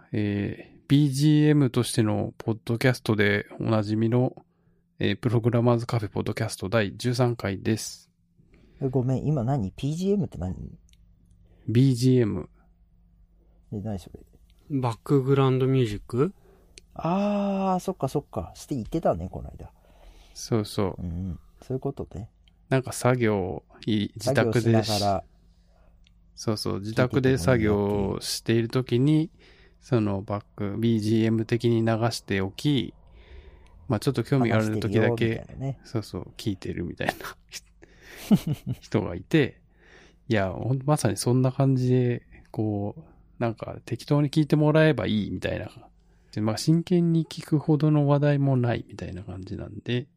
BGM としてのポッドキャストでおなじみの、プログラマーズカフェポッドキャスト第13回です。 ごめん、今何 ?PGM って何？ BGM。 何それ？ バックグラウンドミュージック？ そっかそっか。して言ってたね、この間。 そうそう。 うん、そういうことね。 なんか自宅でしながら。 そうそう、自宅で作業をしているときに、そのBGM 的に流しておき、まあちょっと興味があるときだけ、ね、そうそう、聞いてるみたいな人がいて、いや、まさにそんな感じで、こう、なんか適当に聞いてもらえばいいみたいな。まあ真剣に聞くほどの話題もないみたいな感じなんで、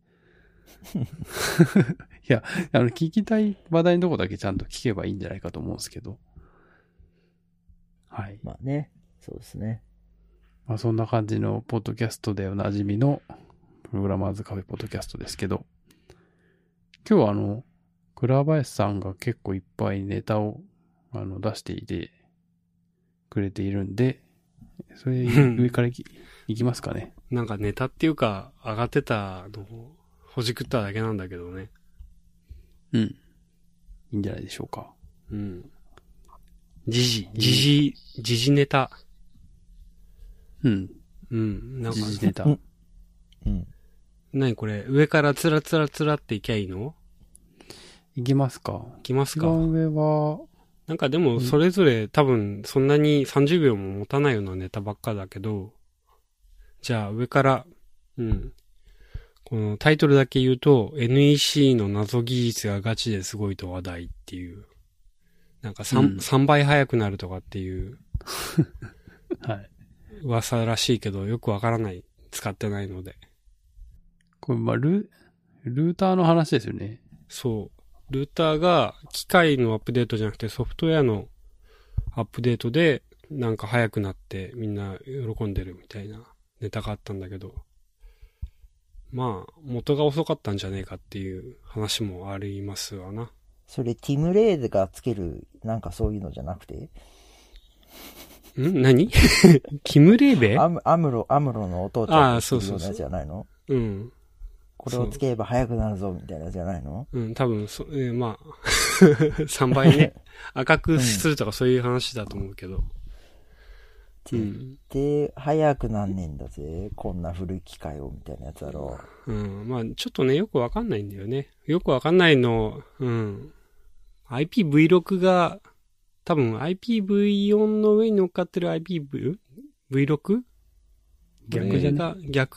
いや、聞きたい話題のとこだけちゃんと聞けばいいんじゃないかと思うんですけど。はい。 まあね、そうですね。 まあそんな感じのポッドキャストでおなじみのプログラマーズカフェポッドキャストですけど、今日は倉林さんが結構いっぱいネタを出していてくれているんで、それ上からいきますかね。 なんかネタっていうか上がってたのをほじくっただけなんだけどね。 うん。いいんじゃないでしょうか。 うん。時事ネタ。 うん。 うん。なんか。 時事ネタ。 うん。 何これ上からつらつらつらっていきゃいいの？ いきますか。 いきますか。 一番上は、 なんかでもそれぞれ多分そんなに30秒も持たないようなネタばっかだけど、じゃあ上から、うん。このタイトルだけ言うと、NEC の謎技術がガチですごいと話題っていう。なんか 3倍速くなるとかっていう。 はい。 噂らしいけど、よくわからない。使ってないので。 これ、まあ、ルーターの話ですよね。 そう。ルーターが機械のアップデートじゃなくてソフトウェアのアップデートでなんか速くなってみんな喜んでるみたいなネタがあったんだけど。まあ、元が遅かったんじゃねえかっていう話もありますわな。 それ、ティム・レイズがつける、なんかそういうのじゃなくて？ 何キムレーベ？ アムロのお父ちゃんがつけるようなやつじゃないの？ うん。 これをつければ速くなるぞみたいなやつじゃないの？ うん、多分まあ、3倍ね。赤くするとかそういう話だと思うけど。 で、速くなんねんだぜ。こんな古い機械をみたいなやつだろう。うん。まあ、ちょっとね、よくわかんないんだよね。よくわかんないの、うん。IPv6 が、多分 IPv4 の上に乗っかってる IPv6？ 逆じゃね？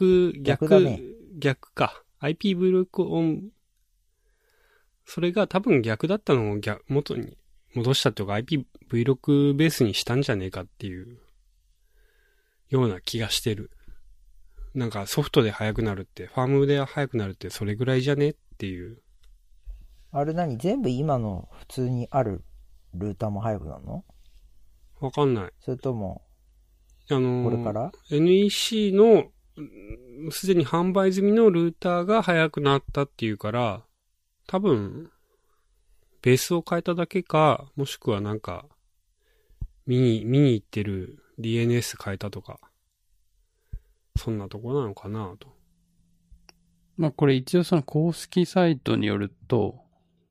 逆か。IPv6 オン、それが多分逆だったのを元に戻したというか IPv6 ベースにしたんじゃねえかっていうような気がしてる。なんかソフトで速くなるって、ファームで速くなるってそれぐらいじゃねっていう。 あれ全部今の普通にあるルーターも速くなるの？ わかんない。 それとも、これから NEC のすでに販売済みのルーターが速くなったっていうから、多分、ベースを変えただけか、もしくはなんか、見に行ってる DNS 変えたとか、そんなとこなのかなと。 まあこれ一応その公式サイトによると、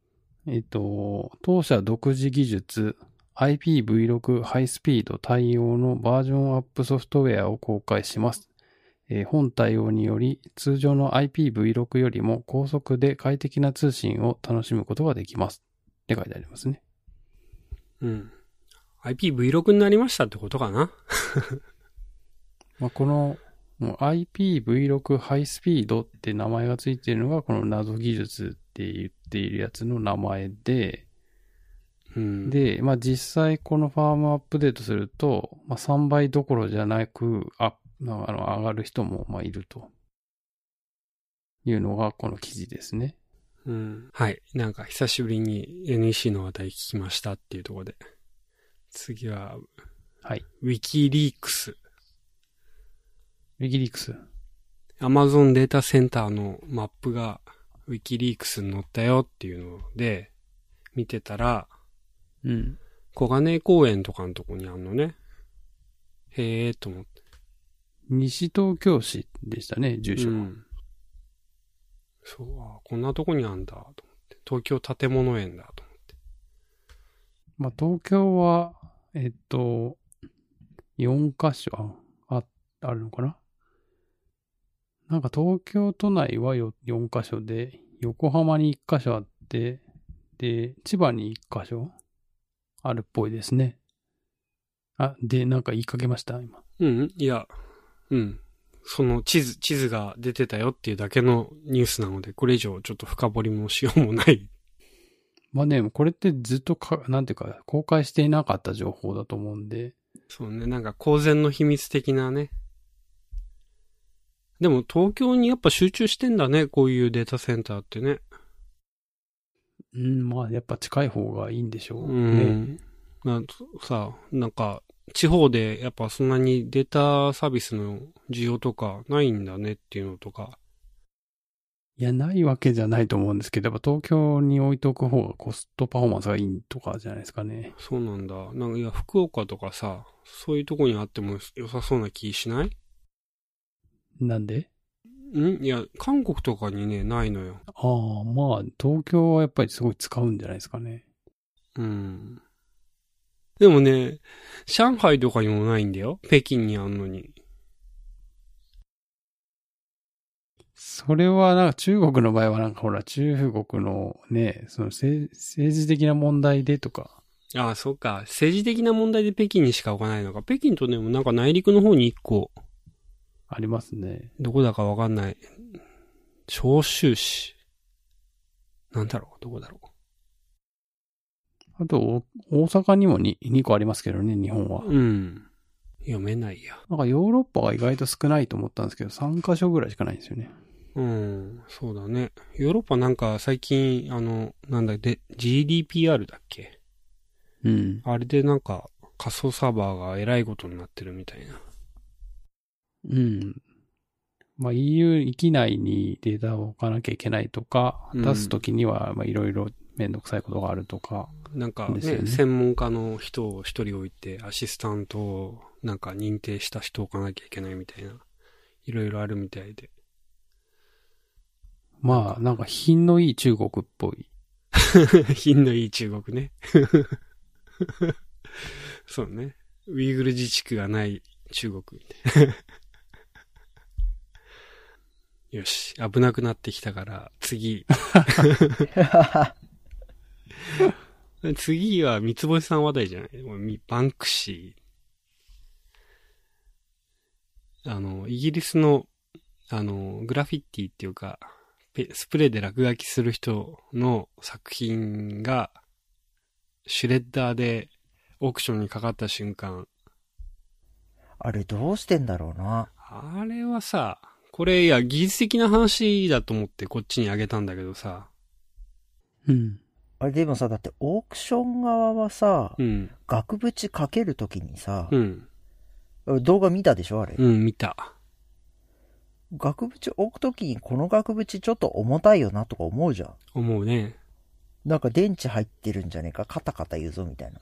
当社独自技術、IPv6 ハイスピード対応のバージョンアップソフトウェアを公開します。本対応により通常の IPv6 よりも高速で快適な通信を楽しむことができますって書いてありますね。 うん。IPv6 になりましたってことかな。 まあこのIPv6 ハイスピードって名前がついているのがこの謎技術って言っているやつの名前で、 うん、 で、まあ実際このファームアップデートすると、まあ3倍どころじゃなく上がる人もいるというのがこの記事ですね。 うん。はい。なんか久しぶりに NEC の話題聞きましたっていうところで。次は、 はい。 ウィキリークス。 ウィキリークス。 Amazon データセンターのマップがウィキリークスに載ったよっていうので、見てたら、 うん。 小金井公園とかのとこにあんのね。 へえと思って。 西東京市でしたね、住所が。 そう、こんなとこにあんだ、と思って。東京建物園だ、と思って。 まあ、東京は、4カ所あるのかな。なんか東京都内は4カ所で、横浜に1カ所あって、で、千葉に1カ所あるっぽいですね。で、なんか言いかけました今。 いや、その地図が出てたよっていうだけのニュースなので、これ以上ちょっと深掘りもしようもない。 まあね、これってずっとなんていうか、公開していなかった情報だと思うんで。 そうね、なんか公然の秘密的なね。でも東京にやっぱ集中してんだね、こういうデータセンターってね。 まあやっぱ近い方がいいんでしょうね。 なんか、地方でやっぱそんなにデータサービスの需要とかないんだねっていうのとか。 いや、ないわけじゃないと思うんですけど、やっぱ東京に置いておく方がコストパフォーマンスがいいとかじゃないですかね。 そうなんだ。なんかいや、福岡とかさ、そういうとこにあっても良さそうな気しない？ なんで？ いや、韓国とかにね、ないのよ。 まあ、東京はやっぱりすごい使うんじゃないですかね。 でもね、上海とかにもないんだよ。北京にあんのに。 それはなんか中国の場合はなんかほら中国のね、その政治的な問題でとか。 そうか。政治的な問題で北京にしか置かないのか。北京とでもなんか内陸の方に1個。 ありますね。 どこだかわかんない。長州市。なんだろう、どこだろう。 あと、大阪にも2個ありますけどね、日本は。 読めないや。 なんかヨーロッパが意外と少ないと思ったんですけど、3カ所ぐらいしかないんですよね。 そうだね。ヨーロッパなんか最近、GDPR だっけ？あれでなんか仮想サーバーが偉いことになってるみたいな。 まあ EU 域内にデータを置かなきゃいけないとか、出すときにはまあいろいろめんどくさいことがあるとか、 なんかね、専門家の人を一人置いて、アシスタントをなんか認定した人を置かなきゃいけないみたいな、いろいろあるみたいで。 まあ、なんか品のいい中国っぽい。 品のいい中国ね。そうね。ウイグル自治区がない中国みたいな。よし、危なくなってきたから、次。次は三つ星さん話題じゃない？バンクシー。イギリスの、グラフィッティっていうか、スプレーで落書きする人の作品が、シュレッダーでオークションにかかった瞬間。 あれどうしてんだろうな。 あれはさ、これいや技術的な話だと思ってこっちにあげたんだけどさ。 あれでもさ、だってオークション側はさ、額縁かけるときにさ、動画見たでしょあれ。 見た。 額縁置くときにこの額縁ちょっと重たいよなとか思うじゃん。 思うね。 なんか電池入ってるんじゃねえか、カタカタ言うぞみたいな。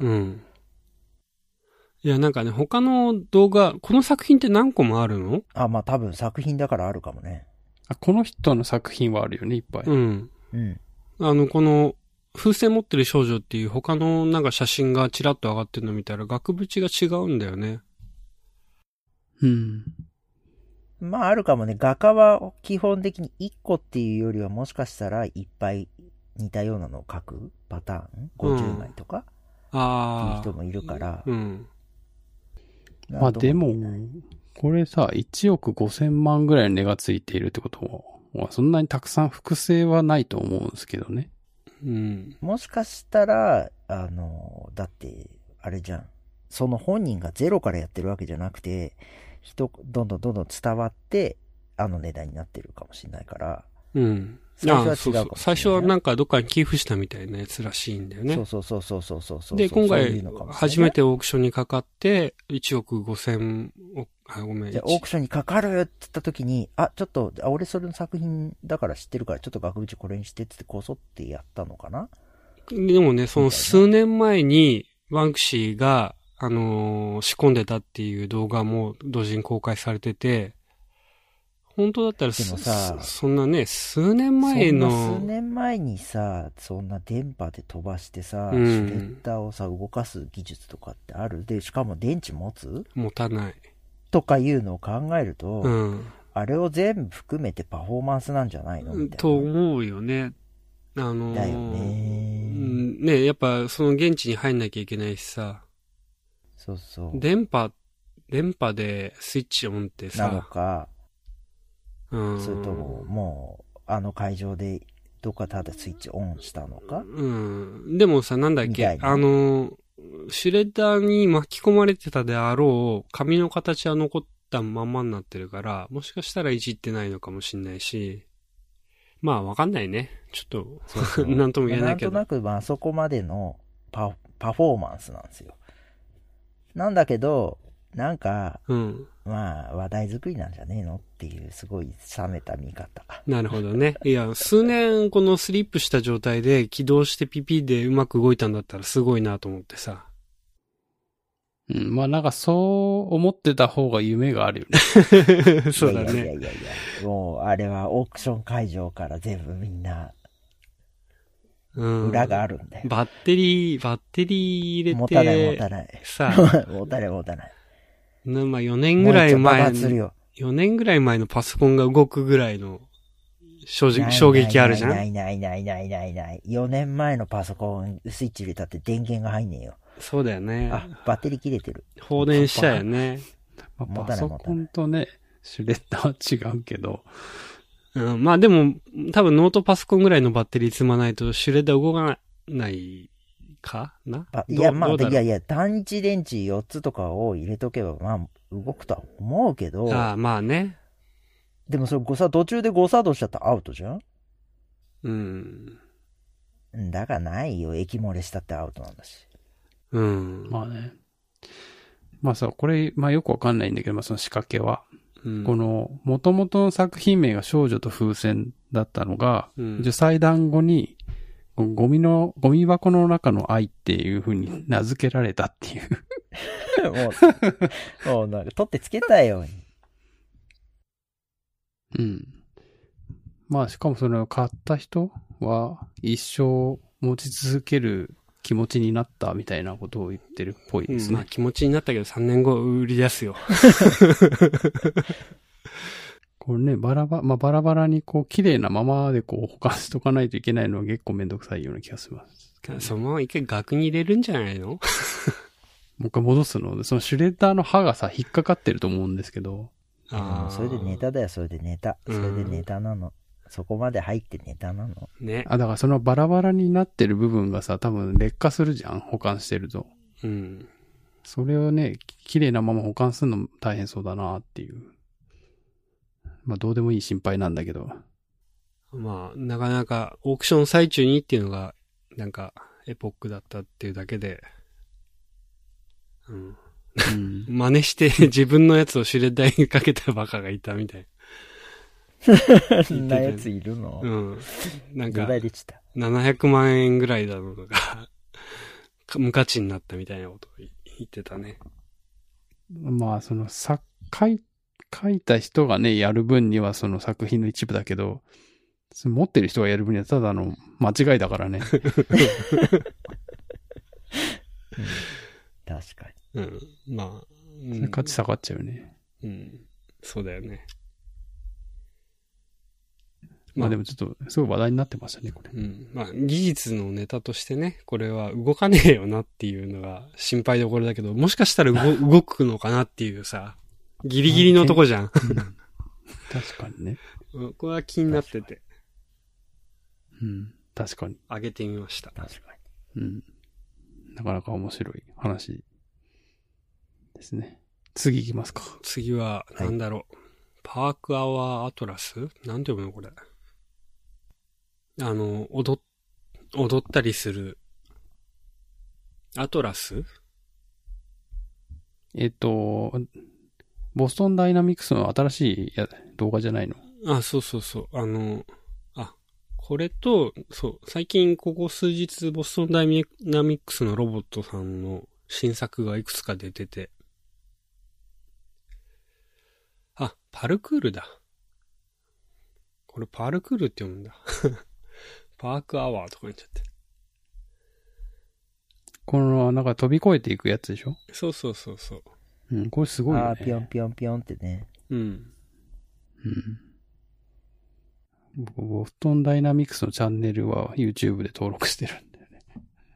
いやなんかね、他の動画、この作品って何個もあるの？ まあ多分作品だからあるかもね。 この人の作品はあるよね、いっぱい。 この、風船持ってる少女っていう他のなんか写真がチラッと上がってるの見たら額縁が違うんだよね。 まああるかもね。画家は基本的に1個っていうよりはもしかしたらいっぱい似たようなのを描くパターン ?50 枚とかっていう人もいるから。 まあでも、これさ、1億5000万ぐらいの値がついているってことは、そんなにたくさん複製はないと思うんですけどね。 もしかしたら、だって、あれじゃん。その本人がゼロからやってるわけじゃなくて、どんどん伝わって、値段になってるかもしれないから。最初は違うかもしれない。 最初はなんかどっかに寄付したみたいなやつらしいんだよね。 そう。 で、今回、初めてオークションにかかって、1億5000、ごめん。 じゃあ、オークションにかかるって言った時に、ちょっと、俺それの作品だから知ってるから、ちょっと額縁これにしてってこそってやったのかな？ でもね、その数年前に、バンクシーが、 仕込んでたっていう動画も同時に公開されてて、本当だったらでもさ、 そんなね、数年前の。 数年前にさ、そんな電波で飛ばしてさ、 うん、 シュレッダーをさ、動かす技術とかってある？で、しかも電池持つ？ 持たない。 とかいうのを考えると、 うん、 あれを全部含めてパフォーマンスなんじゃないのみたいな。 と思うよね。 だよね。 ね、やっぱその現地に入んなきゃいけないしさ。 そうそう。 電波でスイッチオンってさ。 なのか、それとも、もう、あの会場で、どっかただスイッチオンしたのか？ でもさ、なんだっけ、シュレッダーに巻き込まれてたであろう、紙の形は残ったまんまになってるから、もしかしたらいじってないのかもしんないし、まあわかんないね。ちょっと、そうなんとも言えないけど。 なんとなく、あそこまでのパフォーマンスなんですよ。なんだけど、なんか、まあ、話題作りなんじゃねえのっていう、すごい冷めた見方。 なるほどね。いや、数年このスリップした状態で起動してピピでうまく動いたんだったらすごいなと思ってさ。 まあなんかそう思ってた方が夢があるよね。 そうだね。 いや、もう、あれはオークション会場から全部みんな、裏があるんだよ。 バッテリー入れて。 持たない。 さあ。 持たない。 まあ4年ぐらい前、4年ぐらい前のパソコンが動くぐらいの衝撃あるじゃん？ ない。4年前のパソコンスイッチ入れたって電源が入んねえよ。 そうだよね。 あ、バッテリー切れてる。 放電しちゃうよね。 パソコンとね、シュレッダーは違うけど。 まあでも、多分ノートパソコンぐらいのバッテリー積まないとシュレッダー動かないかな？ いや、単一電池4つとかを入れとけば、まあ、動くとは思うけど。 まあね。 でもそれ途中で誤作動しちゃったらアウトじゃん？だからないよ。液漏れしたってアウトなんだし。 まあね。まあさ、これ、まあよくわかんないんだけど、まあその仕掛けは。この、元々の作品名が少女と風船だったのが、祭壇後に、ゴミ箱の中の愛っていう風に名付けられたっていう。 もうなんか取ってつけたように。まあしかもそれを買った人は一生持ち続ける気持ちになったみたいなことを言ってるっぽいですね。 まあ気持ちになったけど3年後売り出すよ。 これね、バラバラにこう綺麗なままでこう保管しとかないといけないのは結構めんどくさいような気がします、ね。 そのまま一回額に入れるんじゃないの？ もう一回戻すので、そのシュレッダーの刃がさ、引っかかってると思うんですけど。 それでネタだよ、それでネタなの。そこまで入ってネタなの。 ね。 だからそのバラバラになってる部分がさ、多分劣化するじゃん、保管してると。それをね、綺麗なまま保管するの大変そうだなっていう。まあどうでもいい心配なんだけど。 まあ、なかなかオークション最中にっていうのが、なんか、エポックだったっていうだけで、真似して自分のやつをシュレッダーにかけたバカがいたみたいな。 そんなやついるの？ なんか、700万円ぐらいだのとか、無価値になったみたいなことを言ってたね。 まあ、その書いた人がね、やる分にはその作品の一部だけど、持ってる人がやる分にはただの間違いだからね。 確かに。まあ、価値下がっちゃうよね。 そうだよね。 まあでもちょっと、すごい話題になってましたね、これ。 まあ、技術のネタとしてね、これは動かねえよなっていうのが心配どころだけど、もしかしたら動くのかなっていうさ、ギリギリのとこじゃん。 確かにね。 これは気になってて。 確かに。 上げてみました。 確かに。 なかなか面白い話ですね。次行きますか。 次は、なんだろう。パークアワーアトラス？なんて読むのこれ。踊ったりする。アトラス？ ボストンダイナミクスの新しい動画じゃないの？ そう。これと、そう、最近ここ数日ボストンダイナミクスのロボットさんの新作がいくつか出てて。あ、パルクールだ。これパルクールって読むんだ。パークアワーとか言っちゃって。 この、なんか飛び越えていくやつでしょ？ そうそうそうそう。 うん、これすごいよね。 ああ、ぴょんぴょんぴょんってね。 うん。 うん。僕、ボストンダイナミクスのチャンネルは YouTube で登録してるんだよね。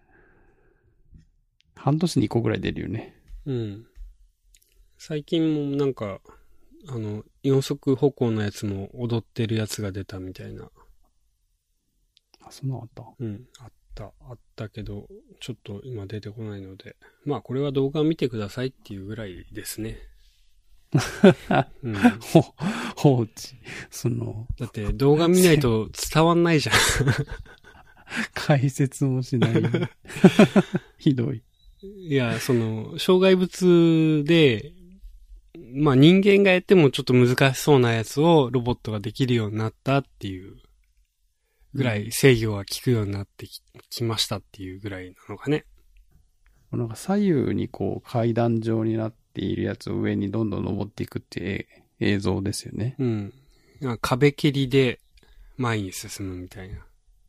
半年に1個ぐらい出るよね。 うん。最近もなんか、四足歩行のやつも踊ってるやつが出たみたいな。 あ、そんなのあった？ うん、あったけど、ちょっと今出てこないので、まあこれは動画を見てくださいっていうぐらいですね。うん、 放置。 だって動画見ないと伝わんないじゃん。 解説もしない。ひどい。 いや、障害物で、まあ人間がやってもちょっと難しそうなやつをロボットができるようになったっていうぐらい制御が効くようになってきましたっていうぐらいなのかね。 なんか左右にこう階段状になっているやつを上にどんどん登っていくっていう映像ですよね。 うん。壁蹴りで前に進むみたいな。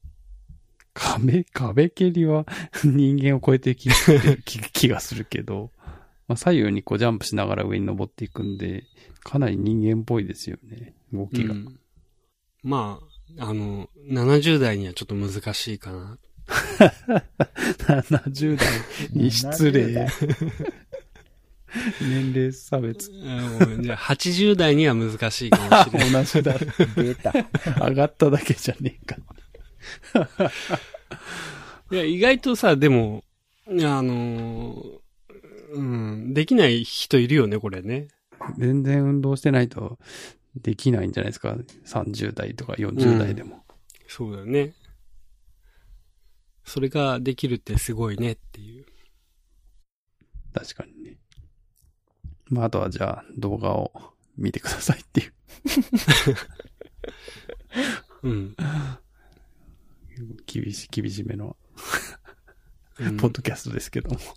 壁蹴りは人間を超えてきてる気がするけど、まあ、左右にこうジャンプしながら上に登っていくんで、かなり人間っぽいですよね、動きが。うん、 まあ、70代にはちょっと難しいかな。 70代に失礼。年齢差別。 じゃあ80代には難しいかもしれない。 同じだ。 出た。 上がっただけじゃねえか。 いや、意外とさ、でも、できない人いるよね、これね。 全然運動してないとできないんじゃないですか。30代とか40代でも。 そうだよね。それができるってすごいねっていう。 確かにね。まあ、あとはじゃあ動画を見てくださいっていう。 うん。 厳しめの、ポッドキャストですけども。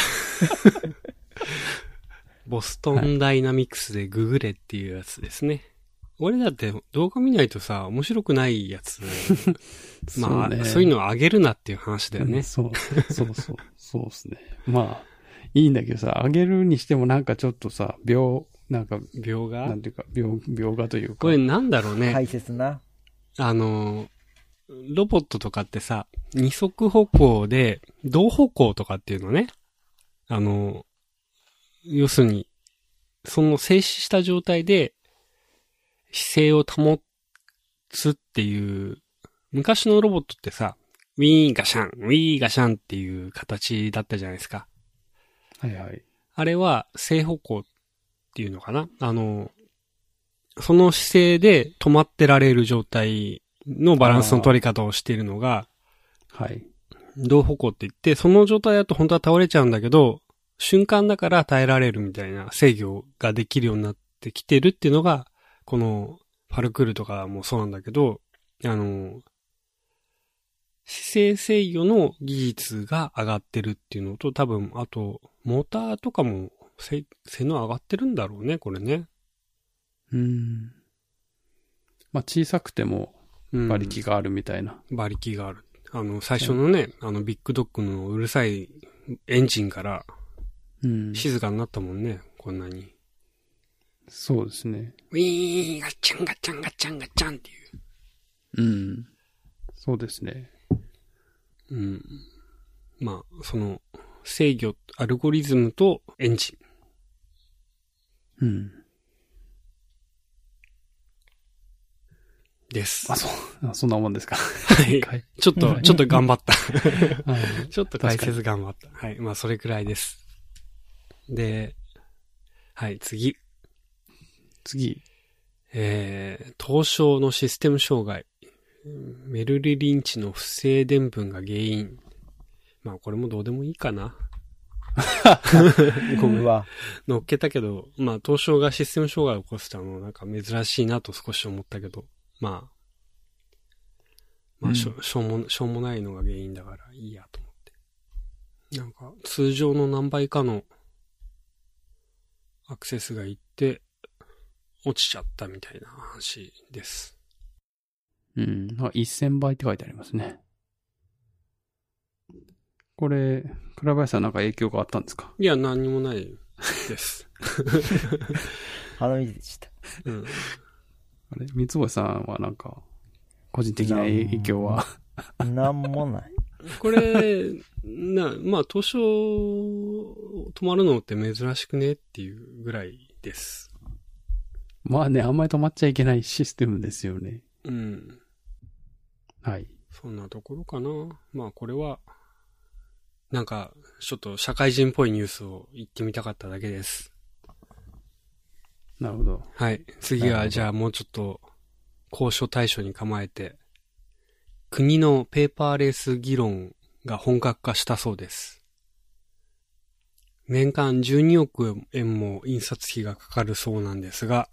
ボストンダイナミクスでググれっていうやつですね。俺だって動画見ないとさ、面白くないやつ。まあ、そういうのを上げるなっていう話だよね。 そうですね。まあ、いいんだけどさ、上げるにしてもなんかちょっとさ、描画なんていうか、描画というか。 これなんだろうね。 大切な。 ロボットとかってさ、二足歩行で、同歩行とかっていうのね。要するに、その静止した状態で、姿勢を保つっていう、昔のロボットってさ、ウィーガシャン、ウィーガシャンっていう形だったじゃないですか。 はいはい。 あれは正歩行っていうのかな？その姿勢で止まってられる状態のバランスの取り方をしているのが、 はい。 同歩行って言って、その状態だと本当は倒れちゃうんだけど、瞬間だから耐えられるみたいな制御ができるようになってきてるっていうのが、このパルクールとかもそうなんだけど、姿勢制御の技術が上がってるっていうのと、多分、あと、モーターとかも性能上がってるんだろうね、これね。 まあ、小さくても馬力があるみたいな。 馬力がある。最初のね、ビッグドッグのうるさいエンジンから、静かになったもんね、こんなに。 そうですね。 ウィーガッチャンガッチャンガッチャンガッチャンっていう。そうですね。 まあ、その、制御、アルゴリズムとエンジン。です。 そんなもんですか。 はい。ちょっと頑張った。ちょっと解説頑張った。はい。まあ、それくらいです。で、はい、次。東証のシステム障害。メルリリンチの不正伝聞が原因。まあ、これもどうでもいいかな。ごめん。乗っけたけど、まあ、東証がシステム障害を起こしたのなんか珍しいなと少し思ったけど、まあ、しょうもないのが原因だからいいやと思って。 なんか、通常の何倍かのアクセスがいって、落ちちゃったみたいな話です。 うん。1000倍って書いてありますね。これ、倉林さんなんか影響があったんですか？ いや、何にもないです。 鼻水でした。 うん。 あれ三星さんはなんか、個人的な影響はなんもない。 これ、まあ、当初、止まるのって珍しくねっていうぐらいです。 まあね、あんまり止まっちゃいけないシステムですよね。 うん。 はい。 そんなところかな。まあ、これは、なんか、ちょっと社会人っぽいニュースを言ってみたかっただけです。 なるほど。 はい。次は、じゃあもうちょっと、交渉対象に構えて、国のペーパーレス議論が本格化したそうです。年間12億円も印刷費がかかるそうなんですが、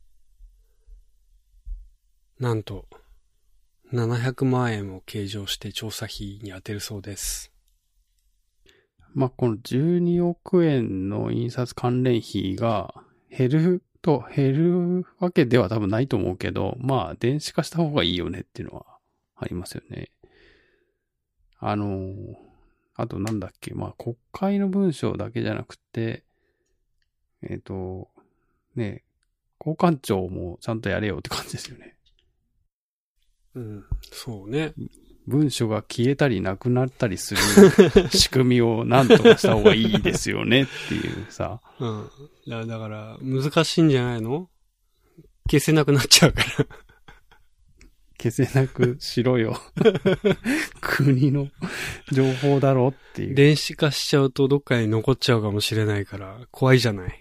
なんと、700万円を計上して調査費に充てるそうです。 まあ、この12億円の印刷関連費が減るわけでは多分ないと思うけど、まあ、電子化した方がいいよねっていうのはありますよね。あとなんだっけ、まあ、国会の文章だけじゃなくて、ね、交換庁もちゃんとやれよって感じですよね。 うん、そうね。 文書が消えたりなくなったりする仕組みをなんとかした方がいいですよねっていうさ。 うん。だから難しいんじゃないの？消せなくなっちゃうから。 消せなくしろよ。国の情報だろっていう。 電子化しちゃうとどっかに残っちゃうかもしれないから怖いじゃない。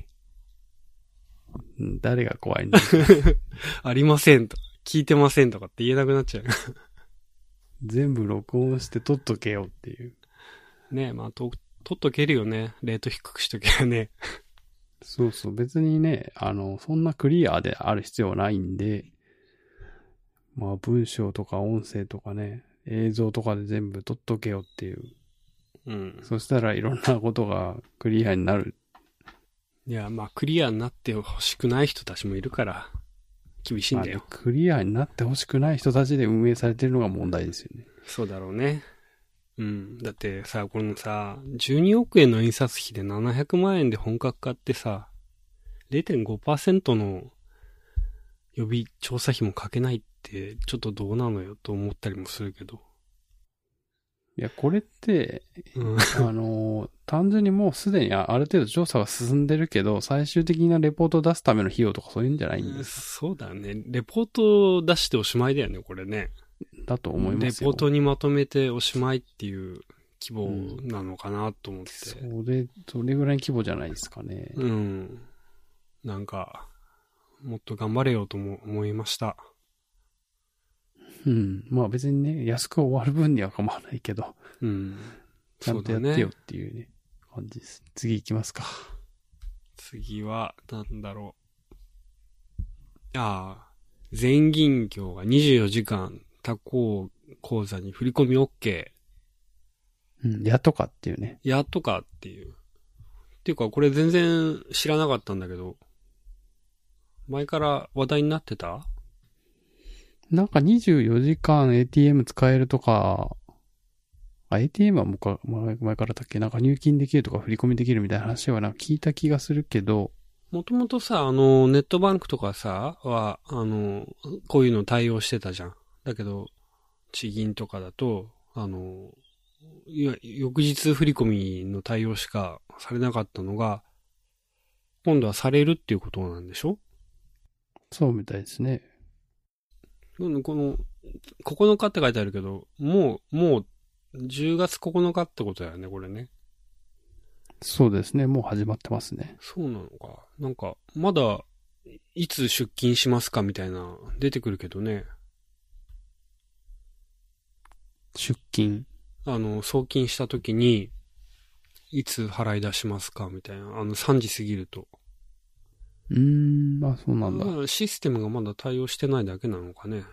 誰が怖いんだありませんとか、聞いてませんとかって言えなくなっちゃう。 全部録音して撮っとけよっていう。 ねえ、まあ、撮っとけるよね。レート低くしとけばね。 そうそう。別にね、そんなクリアである必要はないんで、まあ文章とか音声とかね、映像とかで全部撮っとけよっていう。 うん。 そしたらいろんなことがクリアになる。 いや、まあ、クリアになってほしくない人たちもいるから、厳しいんだよ。 クリアになってほしくない人たちで運営されてるのが問題ですよね。 そうだろうね。うん。だってさ、このさ、12億円の印刷費で700万円で本格化ってさ、0.5% の予備調査費もかけないって、ちょっとどうなのよと思ったりもするけど。 いや、これって、 うん、 単純にもうすでにある程度調査が進んでるけど、最終的なレポートを出すための費用とかそういうんじゃないんですか？ そうだね。レポートを出しておしまいだよね、これね。 だと思いますよ。 レポートにまとめておしまいっていう規模なのかなと思って。 それぐらいの規模じゃないですかね。 うん。なんか、もっと頑張れよとも思いました。 うん。まあ別にね、安く終わる分には構わないけど。 うん。 ちゃんとやってよっていうね、感じです。次行きますか。 次は、なんだろう。全銀協が24時間他行口座に振り込み OK。 うん、やっとかっていうね。 やっとかっていう。っていうか、これ全然知らなかったんだけど、前から話題になってた？ なんか24時間 ATM 使えるとか、ATM は前からだっけ？なんか入金できるとか振り込みできるみたいな話はなんか聞いた気がするけど。 もともとさ、ネットバンクとかさ、こういうの対応してたじゃん。だけど、地銀とかだと、翌日振り込みの対応しかされなかったのが、今度はされるっていうことなんでしょ？ そうみたいですね。 この、9日って書いてあるけど、もう、10月9日ってことだよね、これね。 そうですね。もう始まってますね。 そうなのか。なんか、まだ、いつ出勤しますかみたいな、出てくるけどね。 出勤。 送金した時に、いつ払い出しますかみたいな。3時過ぎると。 そうなんだ。 システムがまだ対応してないだけなのかね。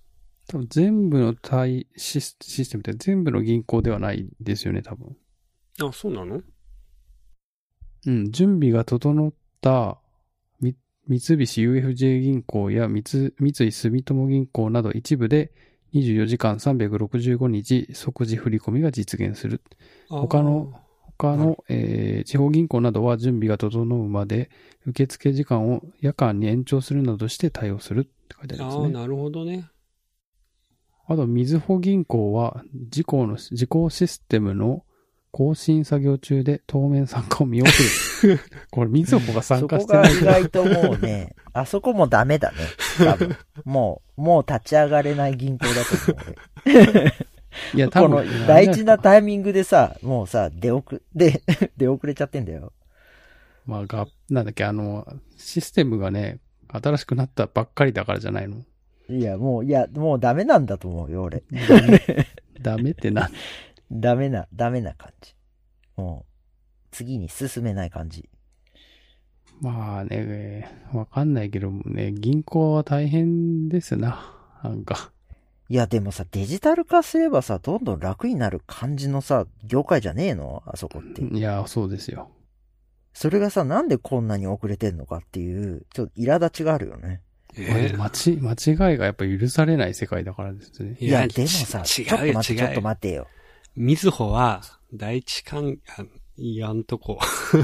多分全部のシステムって全部の銀行ではないですよね、多分。 あ、そうなの？ うん、準備が整った三菱 UFJ 銀行や三井住友銀行など一部で24時間365日即時振り込みが実現する。他の、地方銀行などは準備が整うまで受付時間を夜間に延長するなどして対応するって書いてありますね。 なるほどね。 あと、みずほ銀行は事項システムの更新作業中で当面参加を見送る。これ、みずほが参加してない。 そこが意外ともうね、あそこもダメだね。多分。もう立ち上がれない銀行だと思う。 いや、多分。 この大事なタイミングでさ、もうさ、出遅れちゃってんだよ。 まあ、なんだっけ、システムがね、新しくなったばっかりだからじゃないの？ いや、もうダメなんだと思うよ、俺。 ダメって何？ ダメな感じ。もう、次に進めない感じ。 まあね、わかんないけどもね、銀行は大変ですな。なんか。 いや、でもさ、デジタル化すればさ、どんどん楽になる感じのさ、業界じゃねえの？あそこって。 いや、そうですよ。 それがさ、なんでこんなに遅れてんのかっていう、ちょっと苛立ちがあるよね。 間違いがやっぱ許されない世界だからですね。 いや、でもさ、ちょっと待てよ。 みずほは、第一やんとこ。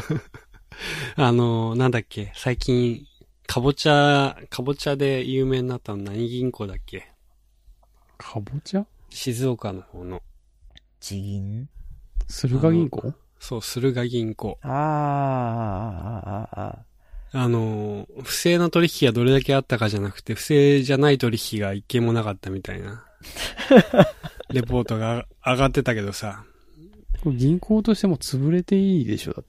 なんだっけ、最近、かぼちゃで有名になったの何銀行だっけ？ かぼちゃ？ 静岡の方の。 地銀？ 駿河銀行？ そう、駿河銀行。不正な取引がどれだけあったかじゃなくて、不正じゃない取引が一件もなかったみたいな、レポートが上がってたけどさ。 これ銀行としても潰れていいでしょ、だって。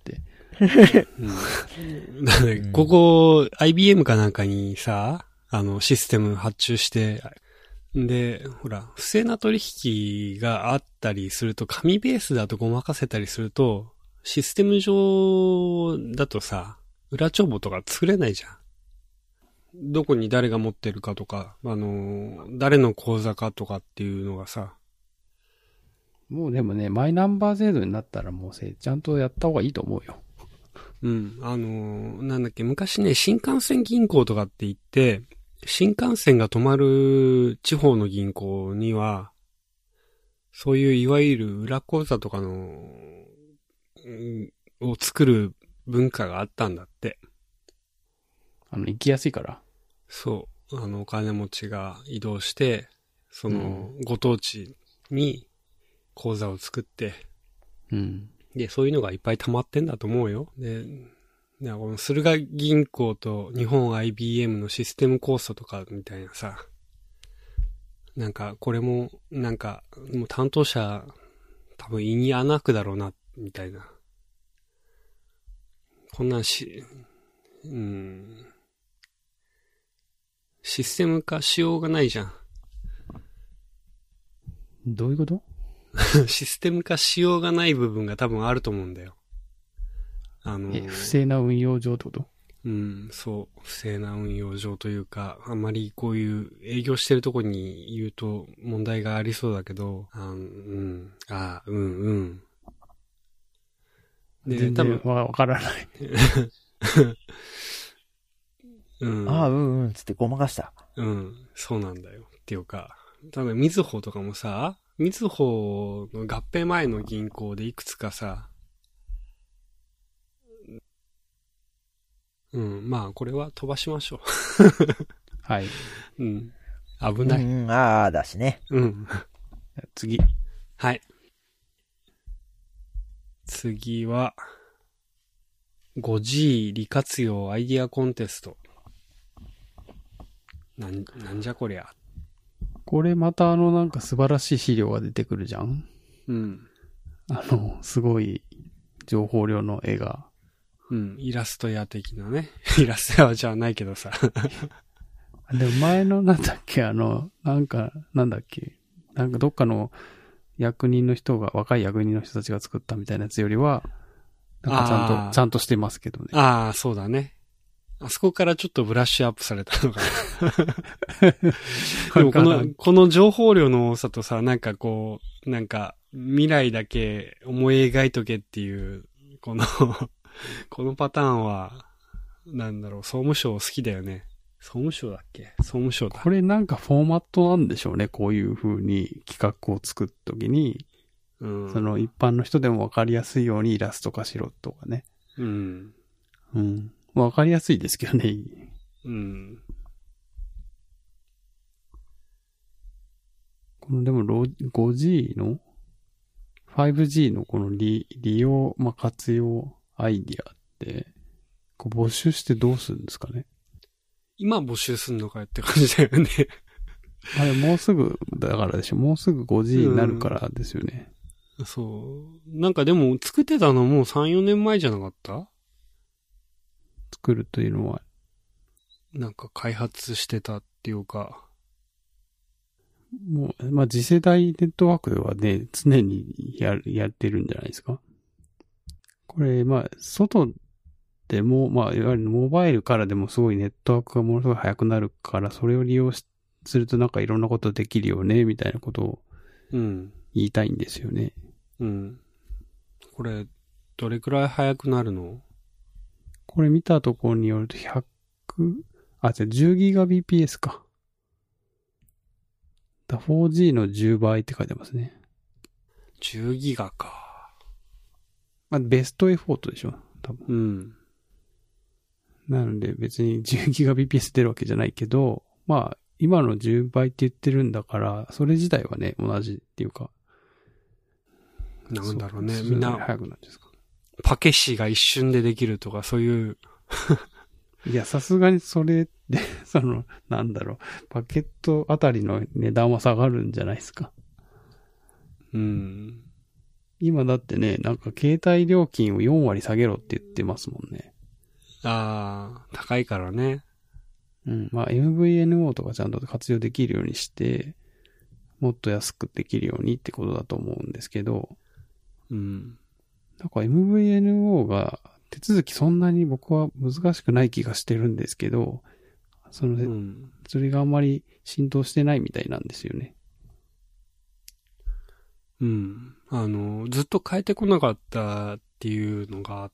だね、ここ、IBM かなんかにさ、システム発注して、で、ほら、不正な取引があったりすると、紙ベースだとごまかせたりすると、システム上だとさ、裏帳簿とか作れないじゃん。どこに誰が持ってるかとか、誰の口座かとかっていうのがさ。 もうでもね、マイナンバー制度になったらもうちゃんとやった方がいいと思うよ。 うん。なんだっけ、昔ね、新幹線銀行とかって言って、新幹線が止まる地方の銀行には、そういういわゆる裏口座とかを作る文化があったんだって。 行きやすいから。 そう。お金持ちが移動して、ご当地に口座を作って、 うん。 で、そういうのがいっぱい溜まってんだと思うよ。で、この駿河銀行と日本 IBM のシステムコーストとかみたいなさ、なんか、これも、なんか、もう担当者、多分胃に穴開くだろうな、みたいな。こんなんシステム化しようがないじゃん。 どういうこと？ システム化しようがない部分が多分あると思うんだよ。 不正な運用上ってこと？ うん、そう。不正な運用上というか、あんまりこういう営業してるとこに言うと問題がありそうだけど、 で、全然わからない。 つってごまかした。 うん、そうなんだよ。っていうか、多分みずほとかもさ、みずほの合併前の銀行でいくつかさ、まあ、これは飛ばしましょう。 はい。 うん。危ない。 だしね。 うん。 次。 はい。次は、5G 利活用アイディアコンテスト。なんじゃこりゃ。 これまたなんか素晴らしい資料が出てくるじゃん？ うん。 すごい情報量の絵が。 うん、イラスト屋的なね。イラスト屋じゃないけどさ。 でも前のなんだっけ、なんだっけ、なんかどっかの役人の人が、若い役人の人たちが作ったみたいなやつよりは、なんかちゃんとしてますけどね。 ああ、そうだね。あそこからちょっとブラッシュアップされたのかな。でもこの情報量の多さとさ、なんかこう、なんか未来だけ思い描いとけっていう、このパターンは、なんだろう、総務省好きだよね。総務省だっけ？総務省だ。 これなんかフォーマットなんでしょうね。こういう風に企画を作るときに、 うん、 その一般の人でもわかりやすいようにイラスト化しろとかね。 うん。 うん。わかりやすいですけどね。 うん。 このでも 5G の 5G のこの利用、まあ、活用アイディアって、こう募集してどうするんですかね。 今募集すんのかよって感じだよね。 あれもうすぐだからでしょ。もうすぐ 5G になるからですよね。 そう。なんかでも作ってたのもう3、4年前じゃなかった？ 作るというのは。 なんか開発してたっていうか。 もう、まあ、次世代ネットワークではね、常にやってるんじゃないですか。これ、まあ、外でも、まあ、いわゆるモバイルからでもすごいネットワークがものすごい速くなるから、それを利用するとなんかいろんなことできるよね、みたいなことを言いたいんですよね。 うん。これ、どれくらい速くなるの？ これ見たところによると10 10GBps か。4G の10倍って書いてますね。 10ギガか。 まあ、ベストエフォートでしょ、多分。 うん。 なので別に 10GBps 出るわけじゃないけど、まあ、今の10倍って言ってるんだから、それ自体はね、同じっていうか。 なんだろうね。みんな、 早くなるんですか。 パケシが一瞬でできるとか、そういう。 いや、さすがにそれで、なんだろう、パケットあたりの値段は下がるんじゃないですか。 うん。 今だってね、なんか携帯料金を4割下げろって言ってますもんね。 ああ、高いからね。 うん。まあ MVNO とかちゃんと活用できるようにして、もっと安くできるようにってことだと思うんですけど、 うん。 なんか MVNO が手続きそんなに僕は難しくない気がしてるんですけど、それがあんまり浸透してないみたいなんですよね。 うん。ずっと変えてこなかったっていうのがあって、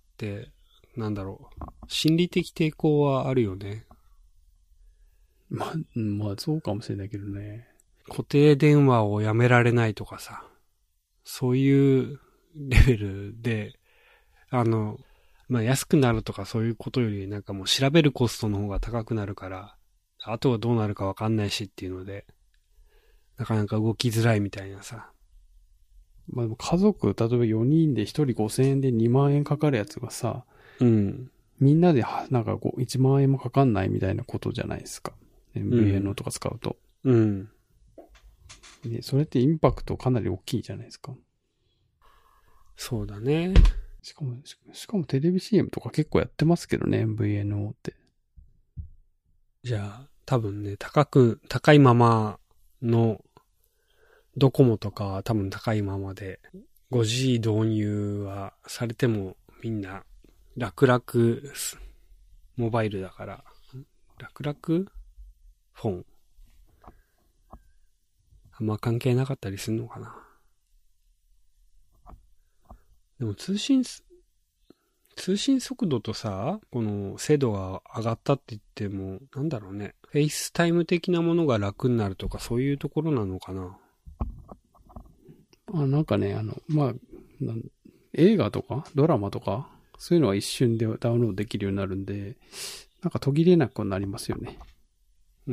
なんだろう。心理的抵抗はあるよね。 まあそうかもしれないけどね。 固定電話をやめられないとかさ。そういうレベルで、まあ、安くなるとかそういうことよりなんかもう調べるコストの方が高くなるから、あとはどうなるかわかんないしっていうので、なかなか動きづらいみたいなさ。 まあ、家族、例えば4人で1人5000円で2万円かかるやつがさ、 うん。 みんなでなんか1万円もかかんないみたいなことじゃないですか。MVNO とか使うと。 うん。 で、それってインパクトかなり大きいじゃないですか。 そうだね。 しかもテレビ CM とか結構やってますけどね、MVNO って。 じゃあ、多分ね、高いままの、ドコモとかは多分高いままで、5G 導入はされてもみんな、楽々モバイルだから、楽々フォン。あんま関係なかったりするのかな。でも通信速度とさ、この精度が上がったって言っても、なんだろうね。フェイスタイム的なものが楽になるとかそういうところなのかな。 なんかね、まあ、映画とかドラマとか、そういうのは一瞬でダウンロードできるようになるんで、なんか途切れなくなりますよね。 うん。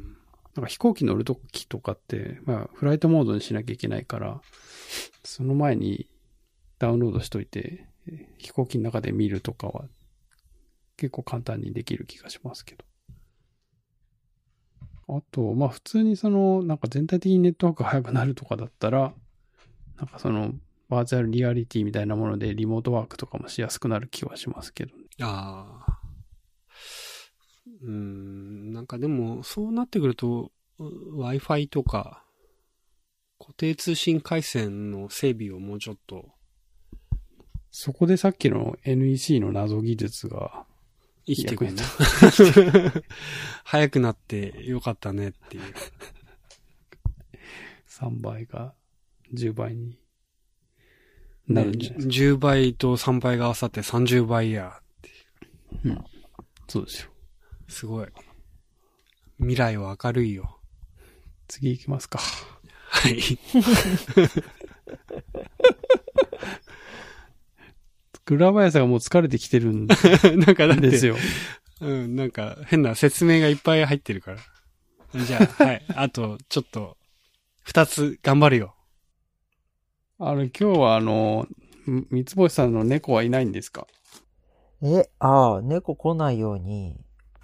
なんか飛行機乗るときとかって、まあ、フライトモードにしなきゃいけないから、その前にダウンロードしといて、飛行機の中で見るとかは結構簡単にできる気がしますけど。あと、まあ普通になんか全体的にネットワークが速くなるとかだったら、なんかバーチャルリアリティみたいなものでリモートワークとかもしやすくなる気はしますけどね。 ああ。なんかでも、そうなってくると、Wi-Fi とか、固定通信回線の整備をもうちょっと。 そこでさっきの NEC の謎技術が生きてくるな。早くなってよかったねっていう。 3倍が10倍になるんじゃないですか。 10倍と3倍が合わさって30倍やっていう。 うん。そうですよ。 すごい。未来は明るいよ。 次行きますか。 はい。 倉林さんがもう疲れてきてるんなんかだってですよ。 うん、なんか変な説明がいっぱい入ってるから。じゃあ、はい。あと、ちょっと、2つ頑張るよ。 今日は三つ星さんの猫はいないんですか？ 猫来ないように、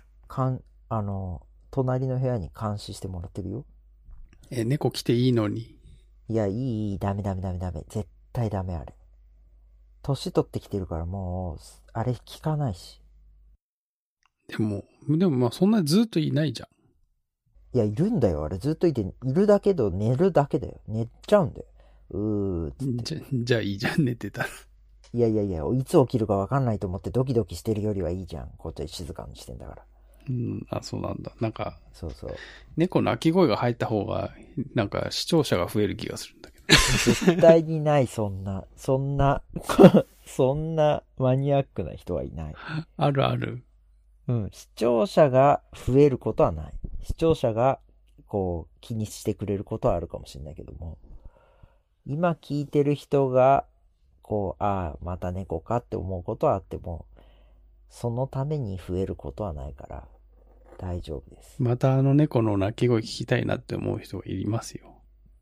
隣の部屋に監視してもらってるよ。 猫来ていいのに。 いや、いい、ダメ。絶対ダメ、あれ。年取ってきてるからもう、あれ聞かないし。 でもまあそんなにずっといないじゃん。 いや、いるんだよ、あれ。ずっといて、いるだけど寝るだけだよ。寝ちゃうんだよ。 じゃあいいじゃん、寝てたら。 いや、いつ起きるか分かんないと思ってドキドキしてるよりはいいじゃん。こっちは静かにしてんだから。 そうなんだ。なんか、 そう。 猫鳴き声が入った方が、なんか視聴者が増える気がするんだけど。 絶対にない、そんなマニアックな人はいない。 ある。 うん、視聴者が増えることはない。視聴者が、こう、気にしてくれることはあるかもしれないけども、今聞いてる人が、こう、また猫かって思うことはあっても、そのために増えることはないから、大丈夫です。 また猫の鳴き声聞きたいなって思う人がいますよ。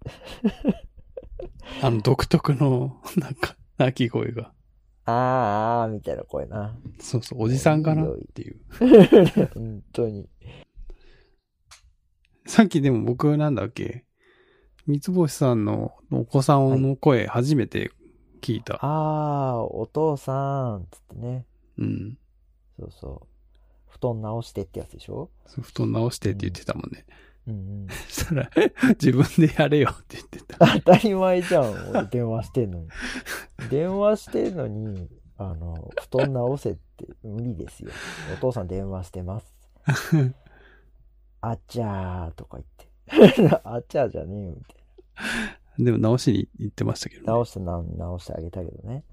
独特の、なんか、鳴き声が。 みたいな声な。 そう、おじさんかなっていう。 本当に。 さっきでも僕なんだっけ、三つ星さんのお子さんの声初めて聞いた。 お父さん、つってね。 うん。 そう。布団直してってやつでしょ？ 布団直してって言ってたもんね。そしたら、自分でやれよって言ってた。 当たり前じゃん。俺電話してんのに。布団直せって無理ですよ。お父さん電話してます。あっちゃーとか言って。あっちゃーじゃねえよ、みたいな。でも直しに行ってましたけどね。 直してあげたけどね。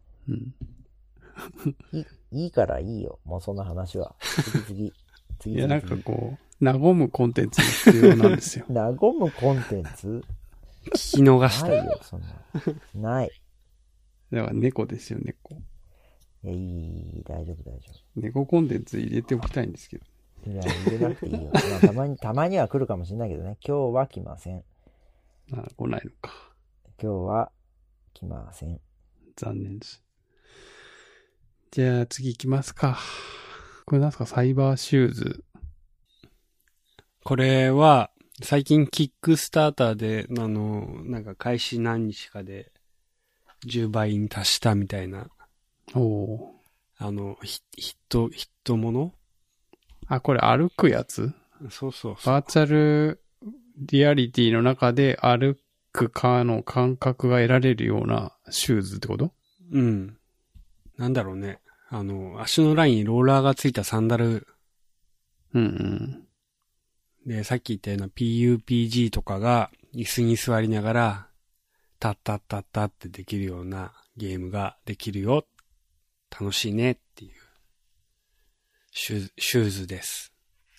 いいからいいよ。もうそんな話は。次。 いや、なんかこう、和むコンテンツが必要なんですよ。 和むコンテンツ聞き逃した。 ないよ、そんな。ない。 だから猫ですよ、猫。 大丈夫。 猫コンテンツ入れておきたいんですけど。 いや、入れなくていいよ。たまには来るかもしれないけどね。今日は来ません。 来ないのか。 今日は来ません。 残念です。じゃあ次行きますか。これなんすか、サイバーシューズ。 これは、最近キックスターターで、なんか開始何日かで10倍に達したみたいな。ヒットもの？ これ歩くやつ？ そう。 バーチャルリアリティの中で歩くかの感覚が得られるようなシューズってこと？ うん。なんだろうね。足のラインにローラーがついたサンダル。で、さっき言ったような PUPG とかが椅子に座りながら、タッタッタッタってできるようなゲームができるよ。楽しいねっていうシューズです。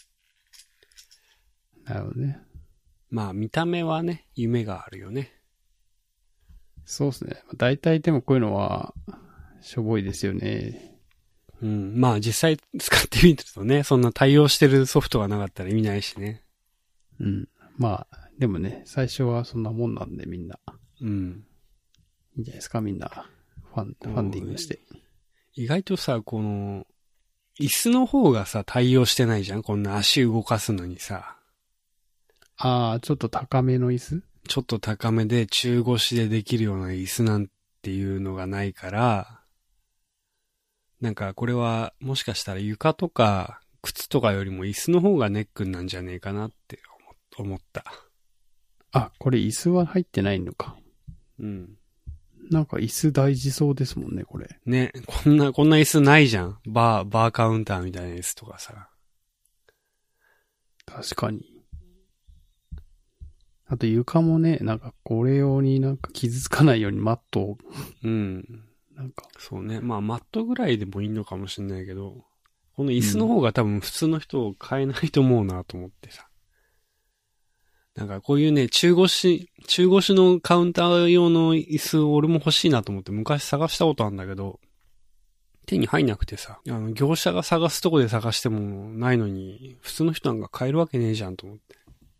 なるほどね。 まあ見た目はね、夢があるよね。 そうですね。大体でもこういうのは、しょぼいですよね。 まあ実際使ってみるとね、そんな対応してるソフトがなかったら意味ないしね。 まあ、でもね、最初はそんなもんなんでみんな。いいんじゃないですか、みんな。ファンディングして。 意外とさ、この、椅子の方がさ、対応してないじゃん？こんな足動かすのにさ。 ちょっと高めの椅子？ ちょっと高めで中腰でできるような椅子なんていうのがないから、なんかこれはもしかしたら床とか靴とかよりも椅子の方がネックなんじゃねえかなって思った。 これ椅子は入ってないのか。なんか椅子大事そうですもんね、これ。 ね、こんな椅子ないじゃん。バーカウンターみたいな椅子とかさ。 確かに。 あと床もね、なんかこれ用になんか傷つかないようにマットを、 うん。 なんか。 そうね。まあ、マットぐらいでもいいのかもしれないけど、この椅子の方が多分普通の人を買えないと思うなと思ってさ。なんかこういうね、中腰のカウンター用の椅子俺も欲しいなと思って昔探したことあるんだけど、手に入んなくてさ、業者が探すとこで探してもないのに、普通の人なんか買えるわけねえじゃんと思って。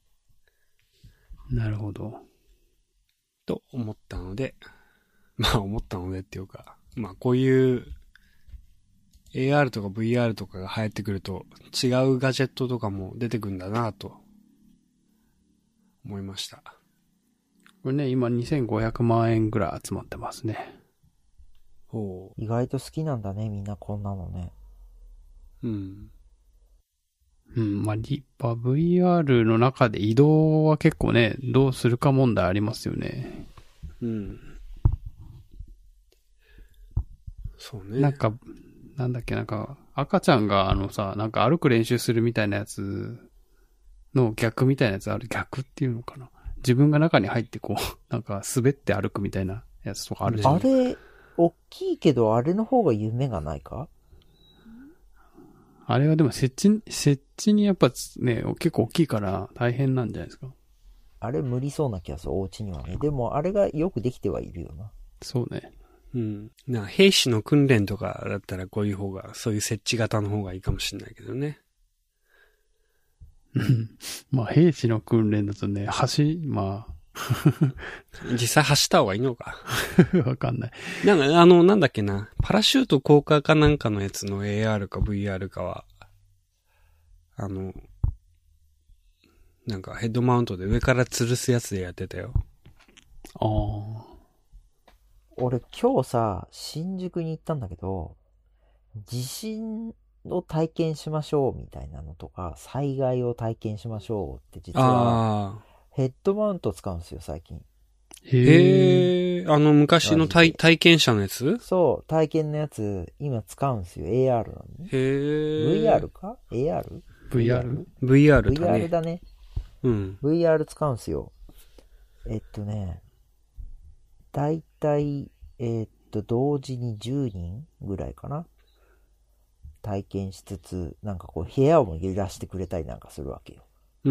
なるほど。 と思ったので、まあ思ったのでっていうか、まあこういう AR とか VR とかが流行ってくると違うガジェットとかも出てくるんだなと思いました。 これね、今2500万円ぐらい集まってますね。 ほ意外と好きなんだね、みんなこんなのね。 う。うん。 うん、まあ、VR の中で移動は結構ね、どうするか問題ありますよね。 うん。そうね。 なんか、なんだっけ、なんか、赤ちゃんがなんか歩く練習するみたいなやつの逆みたいなやつある。逆っていうのかな。自分が中に入ってこう、なんか滑って歩くみたいなやつとかあるじゃん。 あれ、大きいけど、あれの方が夢がないか？ あれはでも設置にやっぱね、結構大きいから大変なんじゃないですか。 あれ無理そうな気がする、お家にはね。でも、あれがよくできてはいるよな。 そうね。 うん。兵士の訓練とかだったらこういう方が、そういう設置型の方がいいかもしれないけどね。 まあ、兵士の訓練だとね、まあ。 実際走った方がいいのか。 わかんない。 なんか、なんだっけな。パラシュート降下かなんかのやつの AR か VR かは、なんかヘッドマウントで上から吊るすやつでやってたよ。 ああ。 俺今日さ、新宿に行ったんだけど、地震を体験しましょうみたいなのとか、災害を体験しましょうって実は、ヘッドマウント使うんですよ、最近。 へえ、昔の体験者のやつ？ そう、体験のやつ、今使うんですよ。AR なのね。 へえ。 VR か ?AR?VR? VR だね。 うん。 VR 使うんですよ。だいたい、同時に10人ぐらいかな。体験しつつ、なんかこう部屋も揺らしてくれたりなんかするわけよ。 うん。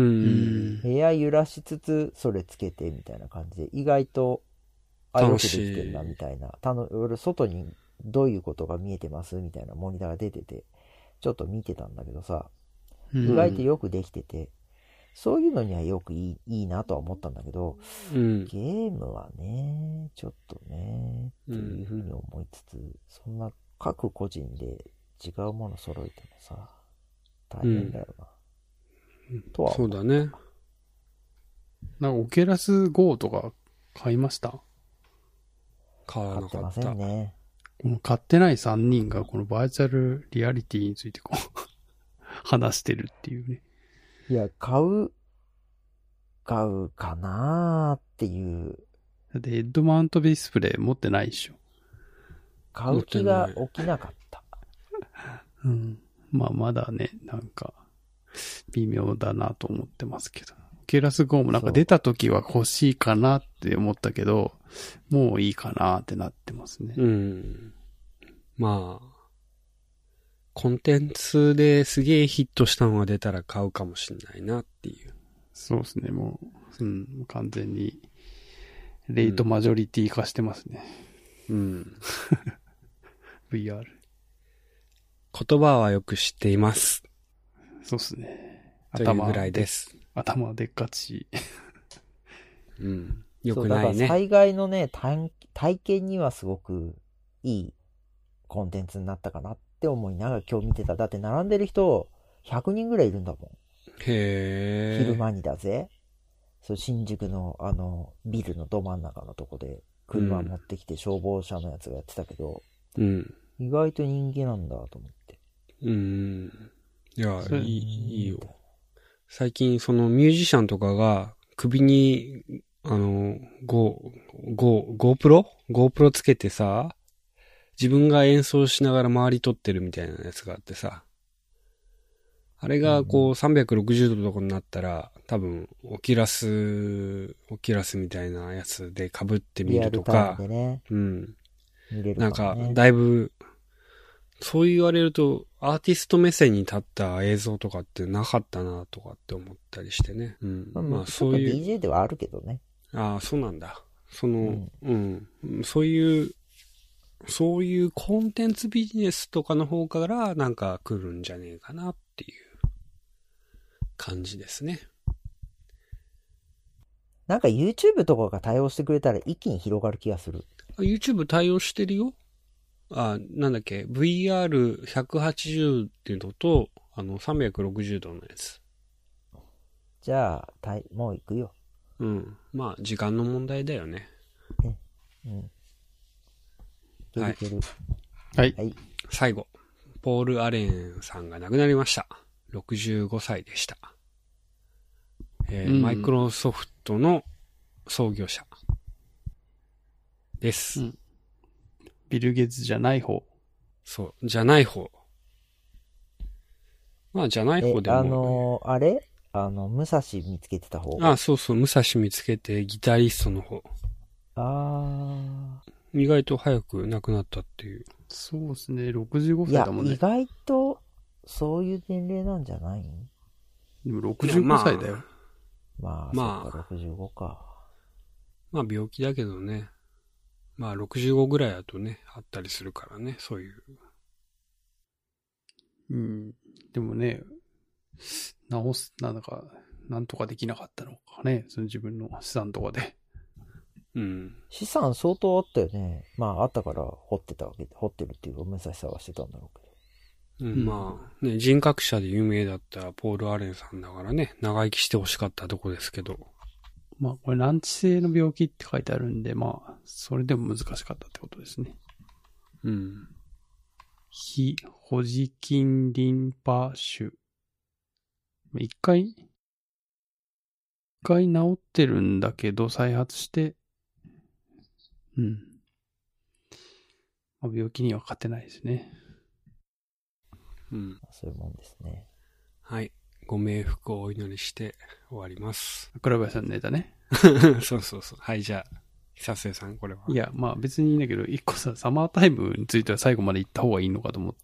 部屋揺らしつつ、それつけてみたいな感じで、意外と、よくできてんなみたいな。俺、外にどういうことが見えてますみたいなモニターが出てて、ちょっと見てたんだけどさ、意外とよくできてて、そういうのにはよくいいなとは思ったんだけど、ゲームはね、ちょっとね、っていうふうに思いつつ、そんな各個人で違うもの揃えてもさ、大変だよな。とはそうだね。 なんかオケラス GO とか買いました？ 買わなかった。 買ってませんね。 この買ってない3人がこのバーチャルリアリティについてこう話してるっていうね。 いや、買うかなーっていう。 だってヘッドマウントディスプレイ持ってないでしょ。 買う気が起きなかった。 うん。まあまだね、なんか微妙だなと思ってますけど。オケラス GO もなんか出た時は欲しいかなって思ったけど、もういいかなってなってますね。 うん。まあ、コンテンツですげえヒットしたのが出たら買うかもしれないなっていう。 そうですね、もう、完全に、レイトマジョリティ化してますね。 うん。 VR。 言葉はよく知っています。 そうですね。 というぐらいです。 頭でっかち。 うん。よくないね。 そう、だから災害のね、体験にはすごくいいコンテンツになったかなって思いながら今日見てた。だって並んでる人100人ぐらいいるんだもん。 へー。 昼間にだぜ。そう、新宿のビルのど真ん中のとこで車持ってきて消防車のやつがやってたけど、 うん。 意外と人気なんだと思って。 いや、いいよ。最近そのミュージシャンとかが首に、GoPro つけてさ、自分が演奏しながら周り撮ってるみたいなやつがあってさ、 あれがこう360度とかになったら、多分、オキュラスみたいなやつで被ってみるとか、 リアルタイムでね、 うん。 見れるなんかもね。 か、だいぶ、そう言われると、アーティスト目線に立った映像とかってなかったなとかって思ったりしてね。うん。まあ、そういう。 DJ ではあるけどね。 ああ、そうなんだ。そういうコンテンツビジネスとかの方からなんか来るんじゃねえかなっていう感じですね。 なんか YouTube とかが対応してくれたら一気に広がる気がする。 YouTube 対応してるよ。なんだっけ、VR180 っていうのと、360度のやつ。 じゃあ、もう行くよ。 うん。まあ、時間の問題だよね。 うん。 はい。 はい。 最後。ポール・アレンさんが亡くなりました。65歳でした。マイクロソフトの創業者です。うん、 ビル・ゲイツじゃない方。 そう、じゃない方。まあ、じゃない方でも、 あれ武蔵見つけてた方。 そうそう、武蔵見つけてギタリストの方。意外と早く亡くなったっていう。 そうですね、65歳だもんね。 いや、意外と、そういう年齢なんじゃない？ でも65歳だよ。 まあ、そうか、65か。 まあ、病気だけどね。まあ、65ぐらいだとね、あったりするからね、そういう。 うん。でもね、なんとかできなかったのかね、その自分の資産とかで。 うん。 資産相当あったよね。まあ、あったから掘ってるっていうか、武蔵探してたんだろうけど。 うん、まあ、ね、人格者で有名だったポール・アレンさんだからね、長生きしてほしかったとこですけど。 まあ、これ難治性の病気って書いてあるんで、まあ、それでも難しかったってことですね。 うん。 非ホジキンリンパ腫。一回治ってるんだけど、再発して、うん。まあ、病気には勝てないですね。 うん。 そういうもんですね。 はい。ご冥福をお祈りして終わります。 倉林さんのネタね。 そうそうそう。はい、じゃあ、久末さん、これは。 いや、まあ別にいいんだけど、一個さ、サマータイムについては最後まで行った方がいいのかと思って。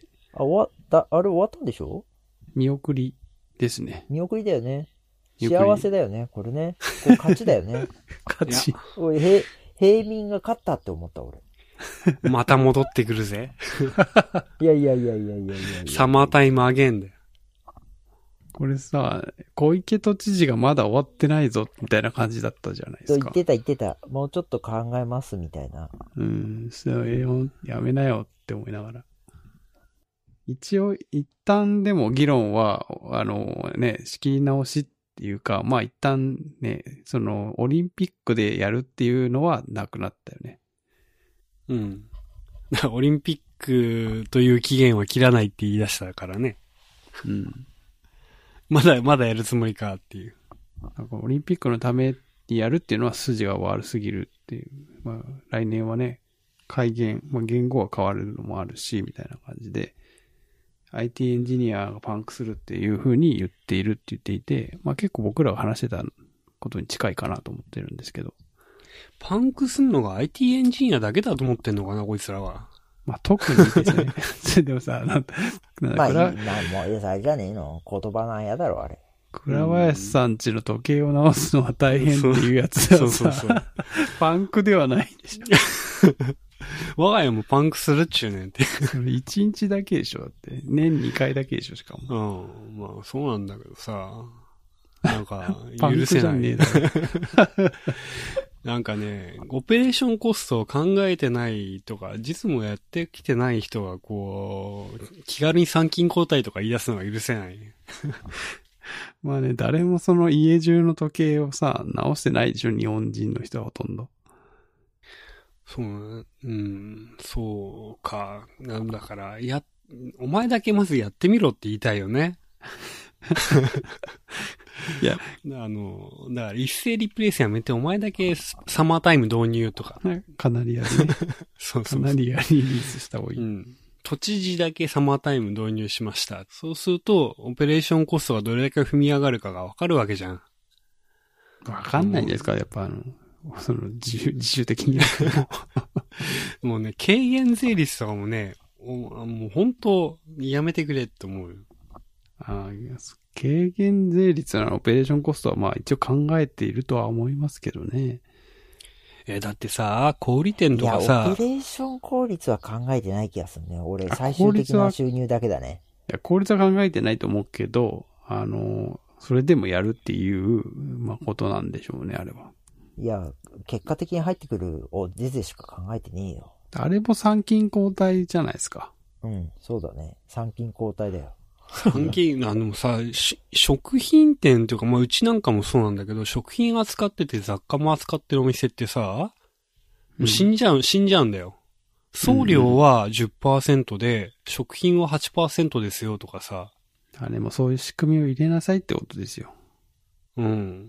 あれ終わったんでしょ？ 見送りですね。 見送りだよね。幸せだよね、これね。これ勝ちだよね。 勝ち。 平民が勝ったって思った、俺。 また戻ってくるぜ。 いや。 サマータイムアゲンだよ。 これさ、小池都知事がまだ終わってないぞ、みたいな感じだったじゃないですか。 言ってた。もうちょっと考えます、みたいな。 やめなよって思いながら。一応、一旦でも議論は、仕切り直しっていうか、まあ一旦ね、オリンピックでやるっていうのはなくなったよね。 うん。オリンピックという期限は切らないって言い出したからね。 うん。 まだやるつもりかっていう。 なんかオリンピックのためにやるっていうのは筋が悪すぎるっていう。まあ来年はね、言語が変わるのもあるし、みたいな感じで、IT エンジニアがパンクするっていう風に言っているって言っていて、まあ結構僕らが話してたことに近いかなと思ってるんですけど。 パンクすんのが IT エンジニアだけだと思ってんのかな、こいつらは。 まあ特にですね。でもさ、もう、あれじゃねえの。言葉なんやだろ、あれ。 倉林さんちの時計を直すのは大変っていうやつはさ、パンクではないでしょ。 我が家もパンクするっちゅうねんって。 それ1日だけでしょだって。年2回だけでしょしかも。 うん。まあそうなんだけどさ。なんか、 許せない。パンクじゃねえだろ。 なんかね、オペレーションコストを考えてないとか、実務をやってきてない人がこう、気軽に参勤交代とか言い出すのが許せない。 まあね、誰もその家中の時計をさ、直してないでしょ日本人の人はほとんど。 そうか。なんだから、お前だけまずやってみろって言いたいよね。いや、だから一斉リプレイスやめて、お前だけサマータイム導入とか。 カナリアでね。 そう。 カナリアリリースした方がいい。 うん。 都知事だけサマータイム導入しました。そうすると、オペレーションコストがどれだけ踏み上がるかがわかるわけじゃん。 わかんないんですかやっぱ自主的に。 もうね、軽減税率とかもね、もう本当やめてくれって思うよ。 軽減税率ならオペレーションコストはまあ一応考えているとは思いますけどね。 だってさ、小売店とかさ。 いや、オペレーション効率は考えてない気がするね。俺、最終的な収入だけだね。 いや、効率は考えてないと思うけど、それでもやるっていう、まあ、ことなんでしょうね、あれは。 いや、結果的に入ってくるを税々しか考えてねえよ。 あれも参勤交代じゃないですか。 うん、そうだね。参勤交代だよ。 参勤、さ、食品店というか、まあ、うちなんかもそうなんだけど、食品扱ってて雑貨も扱ってるお店ってさ、死んじゃうんだよ。送料は 10% で、食品は 8% ですよとかさ。 あれもそういう仕組みを入れなさいってことですよ。 うん。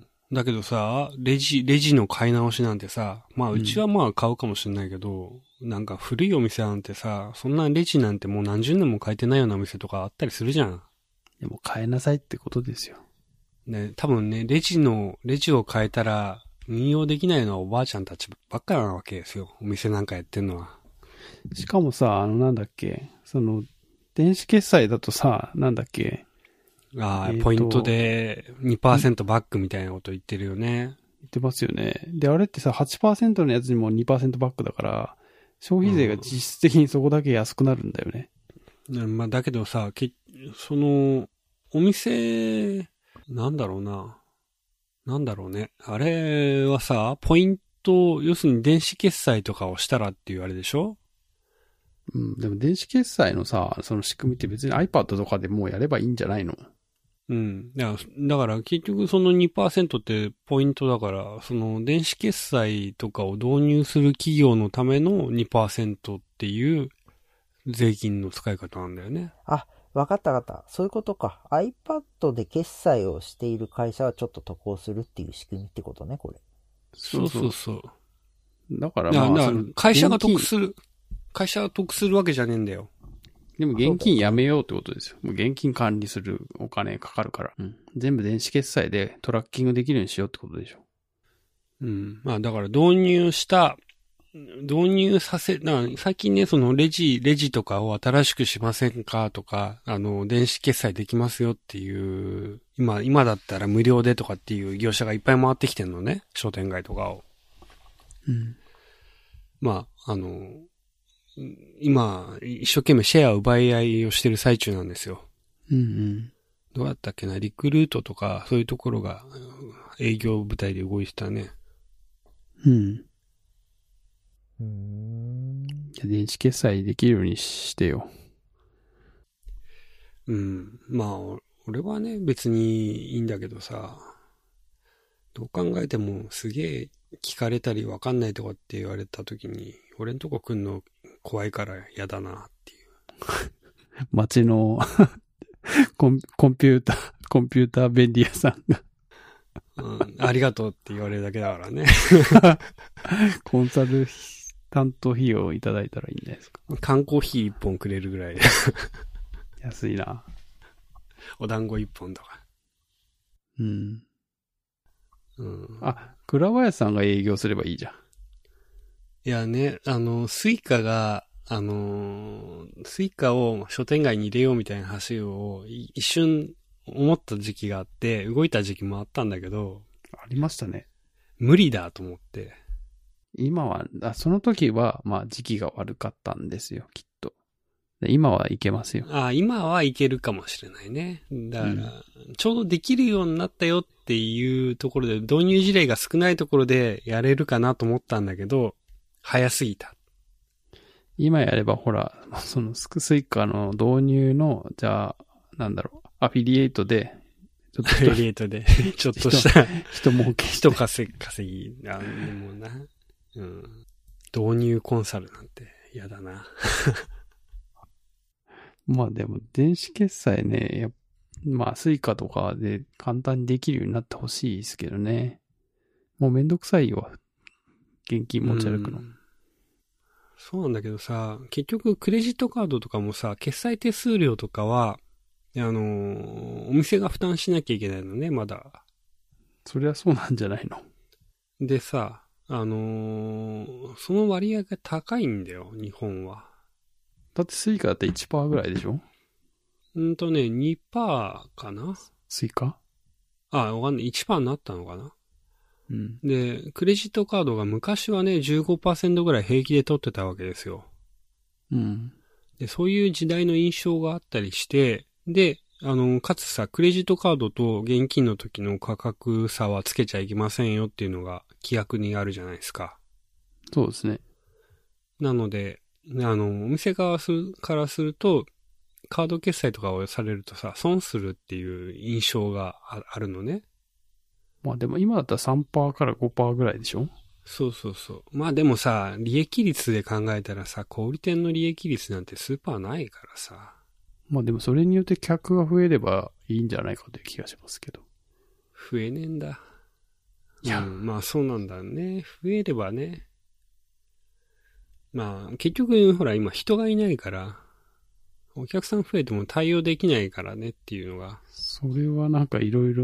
だけどさ、レジの買い直しなんてさ、まあうちはまあ買うかもしれないけど、なんか古いお店なんてさ、そんなレジなんてもう何十年も変えてないようなお店とかあったりするじゃん。 でも変えなさいってことですよ。 ね、多分ね、レジを変えたら、運用できないのはおばあちゃんたちばっかなわけですよ。お店なんかやってんのは。 しかもさ、なんだっけ、電子決済だとさ、なんだっけ。 ポイントで 2% バックみたいなこと言ってるよね。 言ってますよね。で、あれってさ、8% のやつにも 2% バックだから、消費税が実質的にそこだけ安くなるんだよね。 まあ、だけどさ、お店、なんだろうね。あれはさ、ポイント、要するに電子決済とかをしたらっていうあれでしょ？ うん、でも電子決済のさ、その仕組みって別に iPad とかでもうやればいいんじゃないの？ うん。だから結局その 2% ってポイントだから、その電子決済とかを導入する企業のための 2% っていう税金の使い方なんだよね。 あ、わかったわかった。そういうことか。iPad で決済をしている会社はちょっと得をするっていう仕組みってことね、これ。 そうそうそう。 だからまあ、 会社が得するわけじゃねえんだよ。 でも現金やめようってことですよ。もう現金管理するお金かかるから。うん。全部電子決済でトラッキングできるようにしようってことでしょ。 うん。まあだから導入させ、最近ね、そのレジとかを新しくしませんかとか、電子決済できますよっていう、今だったら無料でとかっていう業者がいっぱい回ってきてんのね。商店街とかを。 うん。 まあ、今、一生懸命シェア奪い合いをしてる最中なんですよ。 うんうん。 どうだったっけな、リクルートとか、そういうところが営業部隊で動いてたね。 うん。電子決済できるようにしてよ。 うん。まあ、俺はね、別にいいんだけどさ、どう考えてもすげえ聞かれたりわかんないとかって言われた時に、俺んとこ来んの怖いから嫌だなっていう。 街のコンピューター便利屋さんがうん、ありがとうって言われるだけだからね。 コンサル担当費用いただいたらいいんじゃないですか。 缶コーヒー1本くれるぐらいで。 安いな。 お団子1本とか。 うん。 うん。 あ、倉林さんが営業すればいいじゃん。 いやね、スイカを商店街に入れようみたいな話を一瞬思った時期があって、動いた時期もあったんだけど。 ありましたね。 無理だと思って。 今は、その時は、まあ時期が悪かったんですよ、きっと。今はいけますよ。 今はいけるかもしれないね。だから、ちょうどできるようになったよっていうところで、導入事例が少ないところでやれるかなと思ったんだけど、早すぎた。 今やればほら、そのスイカの導入の、じゃあ、アフィリエイトで、 ちょっとした人儲け。 人稼ぎ。でもな。うん。導入コンサルなんて嫌だな。 まあでも電子決済ね、まあスイカとかで簡単にできるようになってほしいですけどね。もうめんどくさいよ。現金持ち歩くの。 そうなんだけどさ、結局クレジットカードとかもさ、決済手数料とかは、お店が負担しなきゃいけないのね、まだ。 そりゃそうなんじゃないの。 でさ、その割合が高いんだよ、日本は。 だってスイカだって 1% ぐらいでしょ？ 2% かな？ スイカ？ わかんない。1% になったのかな？ うん。 で、クレジットカードが昔はね、15% ぐらい平気で取ってたわけですよ。 うん。 で、そういう時代の印象があったりして、で、かつさ、クレジットカードと現金の時の価格差はつけちゃいけませんよっていうのが規約にあるじゃないですか。 そうですね。 なので、お店側からすると、カード決済とかをされるとさ、損するっていう印象があるのね。 まあでも今だったら 3% から 5% ぐらいでしょ？ そうそうそう。まあでもさ、利益率で考えたらさ、小売店の利益率なんてスーパーないからさ。 まあでもそれによって客が増えればいいんじゃないかという気がしますけど。 増えねえんだ。 いや、 まあそうなんだね。増えればね。まあ結局ほら今人がいないから、お客さん増えても対応できないからねっていうのが。 それはなんかいろいろ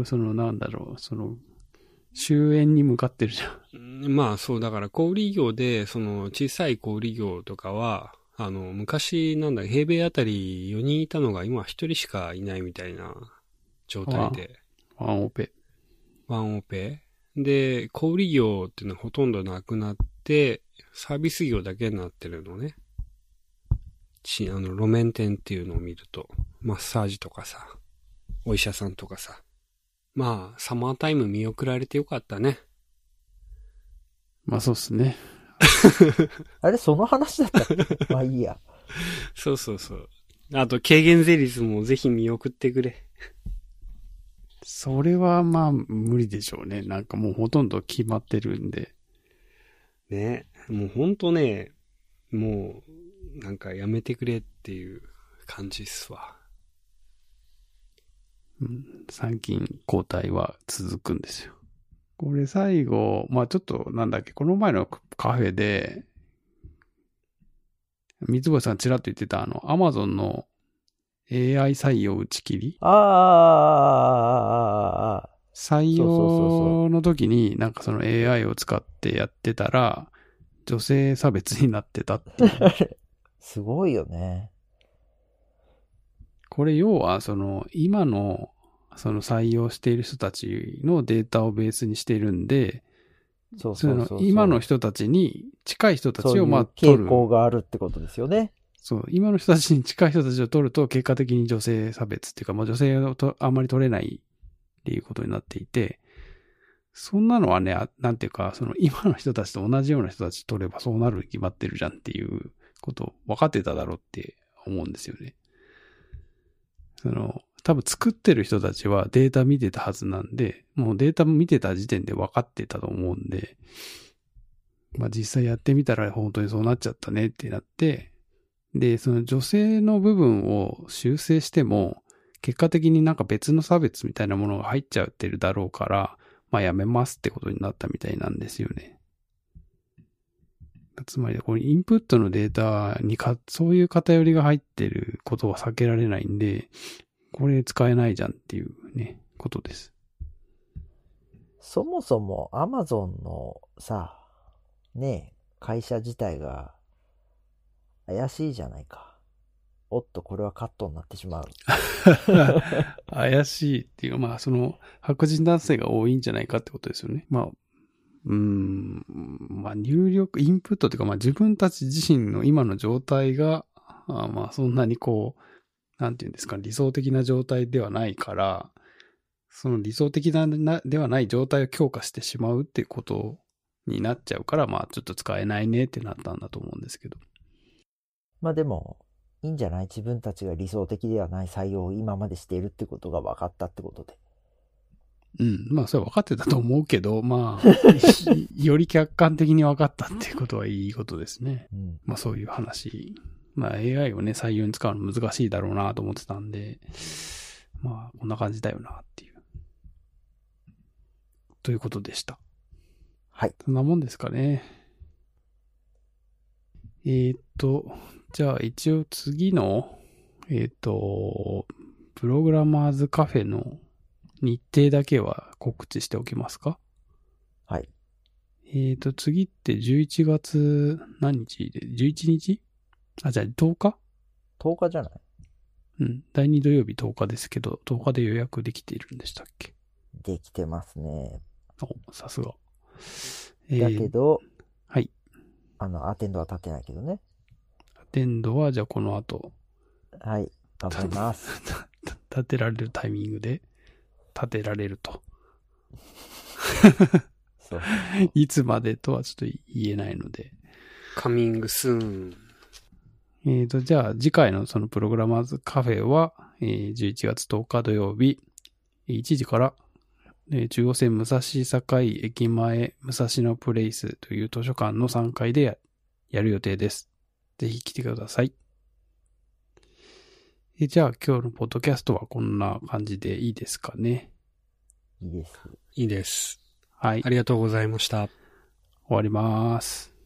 終焉に向かってるじゃん。 まあそうだから小売業で、小さい小売業とかは、昔平米あたり4人いたのが今1人しかいないみたいな状態で。 ワンオペ。 ワンオペで、小売業っていうのはほとんどなくなって、サービス業だけになってるのね。路面店っていうのを見ると、マッサージとかさ、お医者さんとかさ。まあ、サマータイム見送られてよかったね。 まあそうっすね。 あれ、その話だったっけ？まあいいや。 そうそうそう。あと、軽減税率もぜひ見送ってくれ。 それはまあ無理でしょうね。なんかもうほとんど決まってるんで。 ね。もうほんとね、もう、なんかやめてくれっていう感じっすわ。 うん。参勤交代は続くんですよ。これ最後、まあちょっとこの前のカフェで、三つ星さんちらっと言ってたアマゾンの AI 採用打ち切り採用の時になんかその AI を使ってやってたら、女性差別になってたっていう。 すごいよね。 これ要は今の採用している人たちのデータをベースにしているんで、今の人たちに近い人たちを取る。傾向があるってことですよね。 そう、今の人たちに近い人たちを取ると結果的に女性差別っていうか、女性をあんまり取れないっていうことになっていて、そんなのはね、なんていうか、今の人たちと同じような人たち取ればそうなるに決まってるじゃんっていうこと分かってただろうって思うんですよね。多分作ってる人たちはデータ見てたはずなんで、もうデータ見てた時点で分かってたと思うんで、まあ実際やってみたら本当にそうなっちゃったねってなって、で、その女性の部分を修正しても、結果的になんか別の差別みたいなものが入っちゃってるだろうから、まあやめますってことになったみたいなんですよね。つまり、これインプットのデータにそういう偏りが入ってることは避けられないんで、これ使えないじゃんっていうね、ことです。 そもそも Amazon のさ、ね、会社自体が怪しいじゃないか。おっと、これはカットになってしまう。 怪しいっていうか、まあ白人男性が多いんじゃないかってことですよね。まあ、まあ入力、インプットっていうか、まあ自分たち自身の今の状態が、まあそんなになんていうんですか、理想的な状態ではないから、その理想的ではない状態を強化してしまうっていうことになっちゃうから、まあちょっと使えないねってなったんだと思うんですけど。 まあでも、いいんじゃない？自分たちが理想的ではない採用を今までしているってことが分かったってことで。 うん。まあそれは分かってたと思うけど、まあ、より客観的に分かったっていうことはいいことですね。 うん、 まあそういう話。まあ AI をね、採用に使うの難しいだろうなと思ってたんで、まあこんな感じだよなっていう。ということでした。 はい。 そんなもんですかね。 じゃあ一応次の、プログラマーズカフェの日程だけは告知しておきますか？ はい。 次って11月何日で ?11 日？あ、じゃあ10日？ 10日じゃない？ うん。第2土曜日10日ですけど、10日で予約できているんでしたっけ？ できてますね。 お、さすが。 だけど、 はい。 アテンドは立てないけどね。 アテンドはじゃあこの後。 はい。頑張ります。 立てられるタイミングで立てられると。 そう。 いつまでとはちょっと言えないので。 カミングスーン。 じゃあ次回のそのプログラマーズカフェは、11月10日土曜日、1時から、中央線武蔵境駅前武蔵野プレイスという図書館の3階でやる予定です。ぜひ来てください。じゃあ今日のポッドキャストはこんな感じでいいですかね。 いいです。 いいです。 はい。 ありがとうございました。 終わります。